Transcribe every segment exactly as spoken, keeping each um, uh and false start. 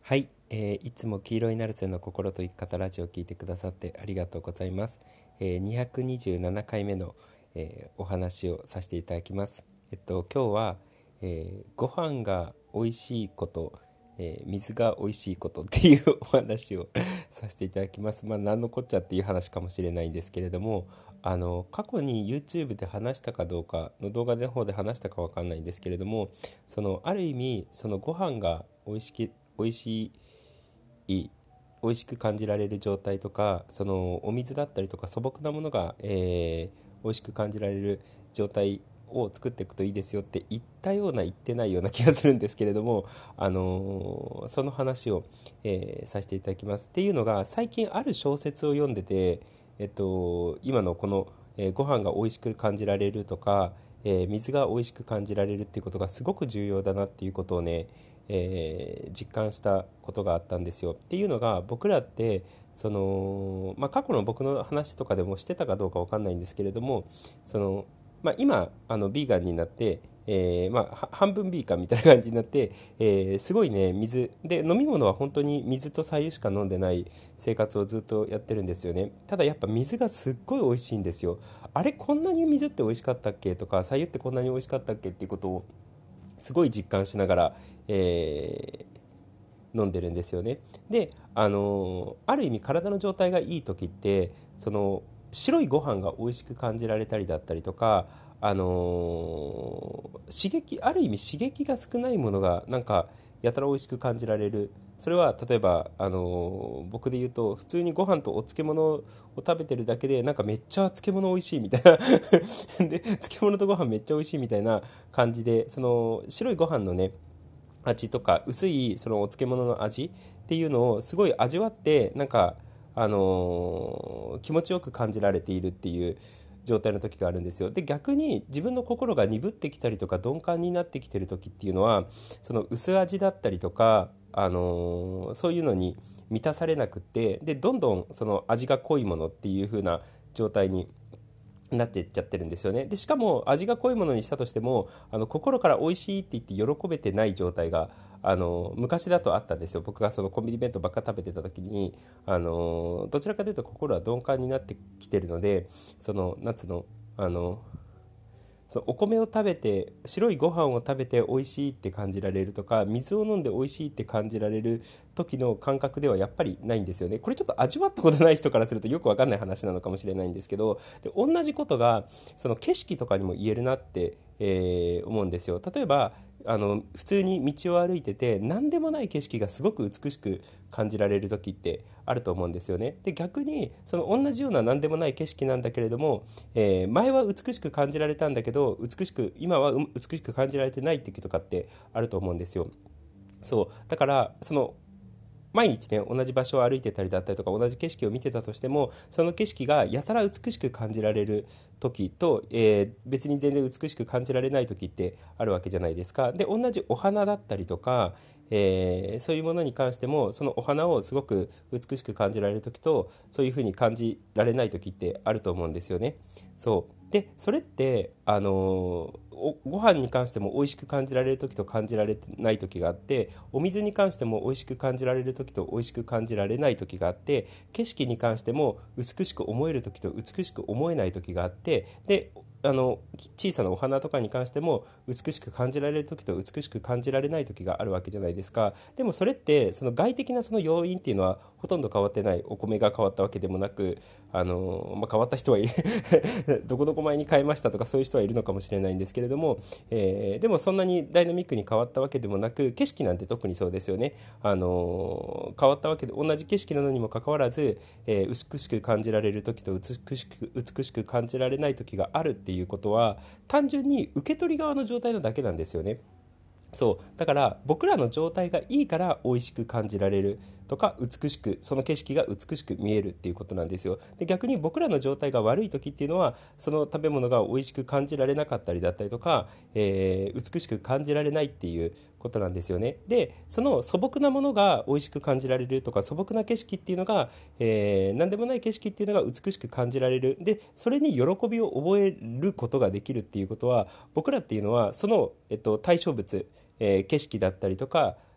はい、えーいつも黄色いナルセの心と生き方ラジオを聞いてくださってありがとうございます。えーにひゃくにじゅうななかいめの、えーお話をさせていただきます。えっと今日は、えーご飯が美味しいこと、えー水が美味しいことっていうお話をさせていただきます。まあ何のこっちゃっていう話かもしれないんですけれども、あの過去に YouTube で話したかどうかの動画の方で話したかわかんないんですけれども、そのある意味そのご飯が美味しき美味しい美味しく感じられる状態とか、そのお水だったりとか素朴なものが、えー美味しく感じられる状態を作っていくといいですよって言ったような言ってないような気がするんですけれども、あのーその話を、えーさせていただきます。っていうのが、最近ある小説を読んでて、えっと、今のこの、えーご飯が美味しく感じられるとか、えー水が美味しく感じられるっていうことがすごく重要だなっていうことをね、えー実感したことがあったんですよ。っていうのが、僕らってその、まあ、過去の僕の話とかでもしてたかどうかわかんないんですけれども、その、まあ、今あのビーガンになって、えーまあ、は半分ビーガンみたいな感じになって、えーすごいね、水で飲み物は本当に水と白湯しか飲んでない生活をずっとやってるんですよね。ただやっぱ水がすっごい美味しいんですよ。あれ、こんなに水って美味しかったっけとか、白湯ってこんなに美味しかったっけっていうことをすごい実感しながら、えー飲んでるんですよね。で、あのある意味体の状態がいい時って、その白いご飯が美味しく感じられたりだったりとか、あの刺激ある意味刺激が少ないものがなんかやたら美味しく感じられる。それは例えば、あの僕で言うと、普通にご飯とお漬物を食べてるだけでなんかめっちゃ漬物美味しいみたいなで、漬物とご飯めっちゃ美味しいみたいな感じで、その白いご飯のね、味とか薄いそのお漬物の味っていうのをすごい味わって、なんかあのー気持ちよく感じられているっていう状態の時があるんですよ。で、逆に自分の心が鈍ってきたりとか鈍感になってきてる時っていうのは、その薄味だったりとか、あのーそういうのに満たされなくって、でどんどんその味が濃いものっていう風な状態になっていっちゃってるんですよね。でしかも味が濃いものにしたとしても、あの心から美味しいって言って喜べてない状態が、あの昔だとあったんですよ。僕がそのコンビニ弁当ばっか食べてた時に、あのどちらかというと心は鈍感になってきてるので、その夏のあのそのお米を食べて、白いご飯を食べて美味しいって感じられるとか、水を飲んで美味しいって感じられる時の感覚ではやっぱりないんですよね。これちょっと味わったことない人からするとよくわかんない話なのかもしれないんですけど、で同じことがその景色とかにも言えるなって、えー思うんですよ。例えば、あの普通に道を歩いてて何でもない景色がすごく美しく感じられる時ってあると思うんですよね。で、逆にその同じような何でもない景色なんだけれども、えー前は美しく感じられたんだけど、美しく今はう美しく感じられてないっていう時とかってあると思うんですよ。そうだから、その毎日ね、同じ場所を歩いてたりだったりとか、同じ景色を見てたとしても、その景色がやたら美しく感じられる時と、えー別に全然美しく感じられない時ってあるわけじゃないですか。で、同じお花だったりとか、えーそういうものに関しても、そのお花をすごく美しく感じられる時と、そういうふうに感じられない時ってあると思うんですよね。そうで、それって、あのーおご飯に関しても美味しく感じられる時と感じられない時があって、お水に関しても美味しく感じられる時と美味しく感じられない時があって、景色に関しても美しく思える時と美しく思えない時があって、で、あの小さなお花とかに関しても美しく感じられる時と美しく感じられない時があるわけじゃないですか。でもそれってその外的なその要因っていうのはほとんど変わってない。お米が変わったわけでもなく、あの、まあ、変わった人はいるどこどこ前に変えましたとかそういう人はいるのかもしれないんですけれども、えーでもそんなにダイナミックに変わったわけでもなく、景色なんて特にそうですよね。あの変わったわけで、同じ景色なのにもかかわらず、えー美しく感じられる時と美しく美しく感じられない時があるっていうことは、単純に受け取り側の状態なだけなんですよね。そうだから、僕らの状態がいいから美味しく感じられるとか、美しくその景色が美しく見えるっていうことなんですよ。で、逆に僕らの状態が悪い時っていうのは、その食べ物が美味しく感じられなかったりだったりとか、えー美しく感じられないっていうことなんですよね。で、その素朴なものが美味しく感じられるとか、素朴な景色っていうのが、えー何でもない景色っていうのが美しく感じられる。で、それに喜びを覚えることができるっていうことは、僕らっていうのはその、えっと、対象物、えー景色だったりとか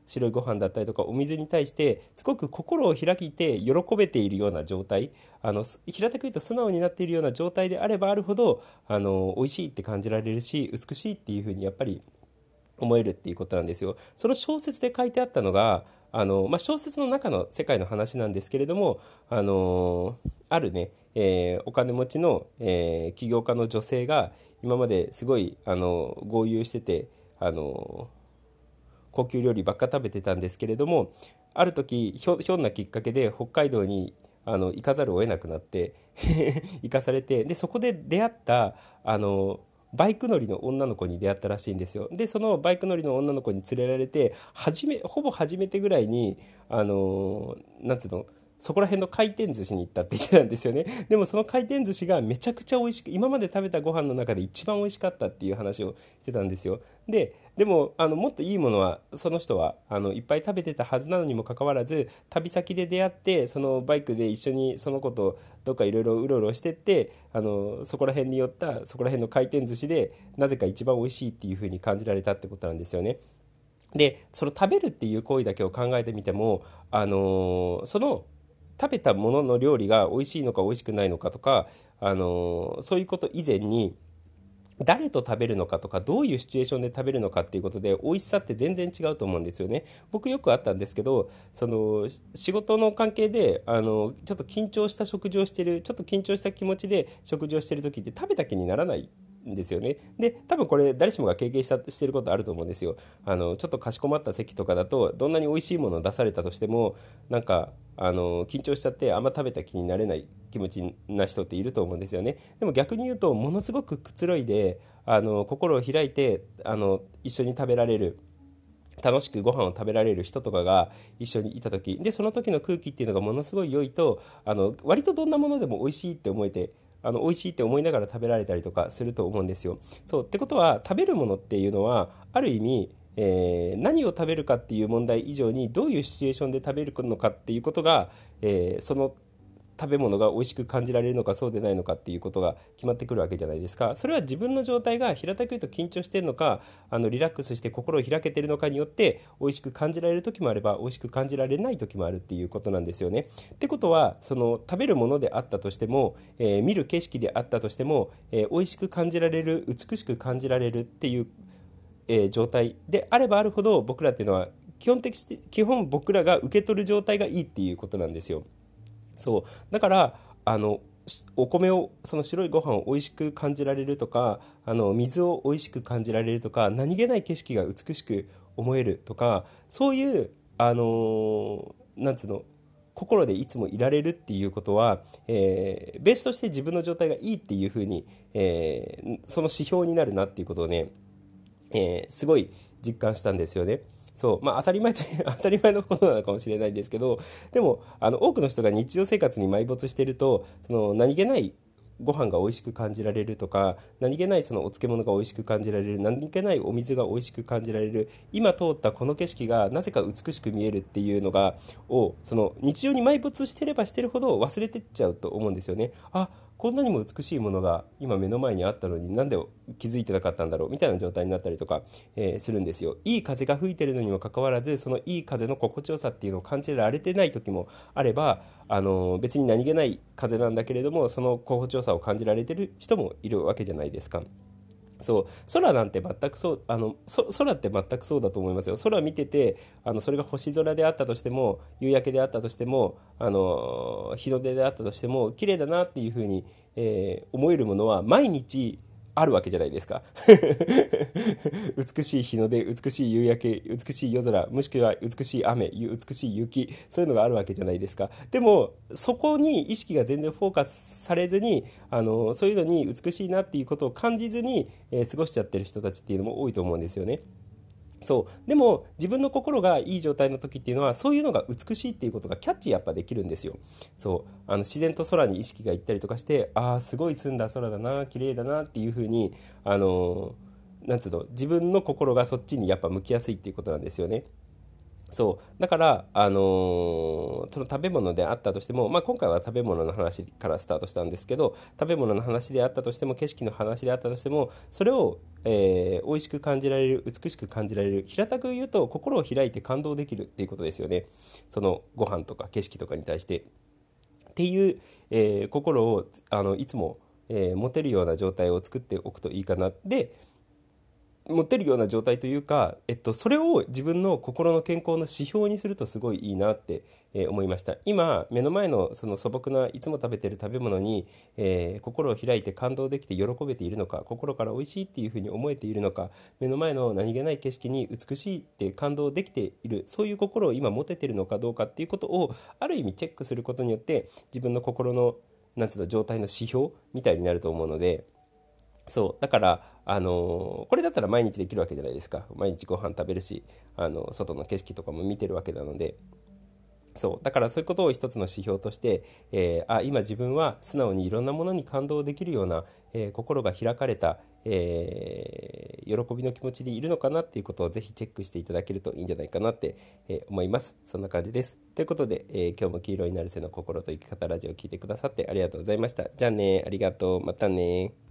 白いご飯だったりとかお水に対してすごく心を開いて喜べているような状態、あの平たく言うと素直になっているような状態であればあるほど、あの美味しいって感じられるし、美しいっていうふうにやっぱり思えるっていうことなんですよ。その小説で書いてあったのが、あの、まあ、小説の中の世界の話なんですけれども、あのあるね、えーお金持ちの、えー起業家の女性が今まですごい、あの豪遊してて、あの高級料理ばっか食べてたんですけれども、ある時ひょひょんなきっかけで北海道にあの行かざるを得なくなって行かされて、でそこで出会ったあのバイク乗りの女の子に出会ったらしいんですよ。でそのバイク乗りの女の子に連れられて、初めほぼ初めてぐらいにあのなんつうの、そこら辺の回転寿司に行ったって言ってたんですよね。でもその回転寿司がめちゃくちゃ美味しく、今まで食べたご飯の中で一番美味しかったっていう話をしてたんですよ。ででもあのもっといいものはその人はあのいっぱい食べてたはずなのにもかかわらず、旅先で出会ってそのバイクで一緒にその子とどっかいろいろうろうろしてって、あのそこら辺に寄ったそこら辺の回転寿司でなぜか一番美味しいっていう風に感じられたってことなんですよね。でその食べるっていう行為だけを考えてみても、あのその食べたものの料理が美味しいのか美味しくないのかとか、あのそういうこと以前に誰と食べるのかとか、どういうシチュエーションで食べるのかっていうことで美味しさって全然違うと思うんですよね。僕よくあったんですけど、その仕事の関係であのちょっと緊張した食事をしてる、ちょっと緊張した気持ちで食事をしてる時って食べた気にならないんですよね。で多分これ誰しもが経験したしてることあると思うんですよ。あのちょっとかしこまった席とかだと、どんなに美味しいものを出されたとしても、なんかあの緊張しちゃってあんま食べた気になれない気持ちな人っていると思うんですよね。でも逆に言うと、ものすごくくつろいであの心を開いてあの一緒に食べられる、楽しくご飯を食べられる人とかが一緒にいた時で、その時の空気っていうのがものすごい良いと、あの割とどんなものでも美味しいって思えて、あの美味しいって思いながら食べられたりとかすると思うんですよ。そうってことは、食べるものっていうのはある意味、えー何を食べるかっていう問題以上に、どういうシチュエーションで食べるのかっていうことが、えーその食べ物が美味しく感じられるのかそうでないのかっていうことが決まってくるわけじゃないですか。それは自分の状態が平たく言うと緊張しているのか、あのリラックスして心を開けているのかによって美味しく感じられる時もあれば美味しく感じられない時もあるっていうことなんですよね。ってことは、その食べるものであったとしても、えー見る景色であったとしても、えー美味しく感じられる、美しく感じられるっていう、えー状態であればあるほど、僕らっていうのは基本的して基本僕らが受け取る状態がいいっていうことなんですよ。そうだから、あのお米を、その白いご飯を美味しく感じられるとか、あの水を美味しく感じられるとか、何気ない景色が美しく思えるとか、そういうあのなんつうの、心でいつもいられるっていうことは、えーベースとして自分の状態がいいっていうふうに、えーその指標になるなっていうことをね、えーすごい実感したんですよね。そう、まあ当たり前と当たり前のことなのかもしれないんですけど、でもあの多くの人が日常生活に埋没していると、その何気ないご飯が美味しく感じられるとか、何気ないそのお漬物が美味しく感じられる、何気ないお水が美味しく感じられる、今通ったこの景色がなぜか美しく見えるっていうのがを、その日常に埋没してればしてるほど忘れてっちゃうと思うんですよね。あ、こんなにも美しいものが今目の前にあったのになんで気づいてなかったんだろうみたいな状態になったりとか、えーするんですよ。いい風が吹いてるのにもかかわらず、そのいい風の心地よさっていうのを感じられてない時もあれば、あのー別に何気ない風なんだけれども、その心地よさを感じられてる人もいるわけじゃないですか。そう空なんて全くそうあのそ空って全くそうだと思いますよ。空見てて、あのそれが星空であったとしても、夕焼けであったとしても、あの日の出であったとしても、綺麗だなっていうふうに、えー思えるものは毎日あるわけじゃないですか。美しい日の出、美しい夕焼け、美しい夜空、もしくは美しい雨、ゆ美しい雪、そういうのがあるわけじゃないですか。でもそこに意識が全然フォーカスされずに、あのそういうのに美しいなっていうことを感じずに、えー過ごしちゃってる人たちっていうのも多いと思うんですよね。そうでも自分の心がいい状態の時っていうのは、そういうのが美しいっていうことがキャッチやっぱできるんですよ。そうあの自然と空に意識がいったりとかして、ああすごい澄んだ空だな、綺麗だなっていう風に、あのなんつうの、自分の心がそっちにやっぱ向きやすいっていうことなんですよね。 そうだから、あのーその食べ物であったとしても、まあ、今回は食べ物の話からスタートしたんですけど、食べ物の話であったとしても、景色の話であったとしても、それを、えー美味しく感じられる、美しく感じられる、平たく言うと心を開いて感動できるっていうことですよね。そのご飯とか景色とかに対してっていう、えー心をあのいつも、えー持てるような状態を作っておくといいかな。で、持てるような状態というか、えっと、それを自分の心の健康の指標にするとすごいいいなって、えー思いました。今、目の前のその素朴ないつも食べてる食べ物に、えー心を開いて感動できて喜べているのか、心から美味しいっていうふうに思えているのか、目の前の何気ない景色に美しいって感動できている、そういう心を今持ててるのかどうかっていうことを、ある意味チェックすることによって、自分の心の、なんつうの、状態の指標みたいになると思うので、そう、だから、あのーこれだったら毎日できるわけじゃないですか。毎日ご飯食べるし、あの外の景色とかも見てるわけなので、そう、だからそういうことを一つの指標として、えーあ、今自分は素直にいろんなものに感動できるような、えー心が開かれた、えー喜びの気持ちでいるのかなっていうことをぜひチェックしていただけるといいんじゃないかなって、えー思います。そんな感じです。ということで、えー今日も黄色になる背の心と生き方ラジオを聞いてくださってありがとうございました。じゃあね、ありがとう。またね。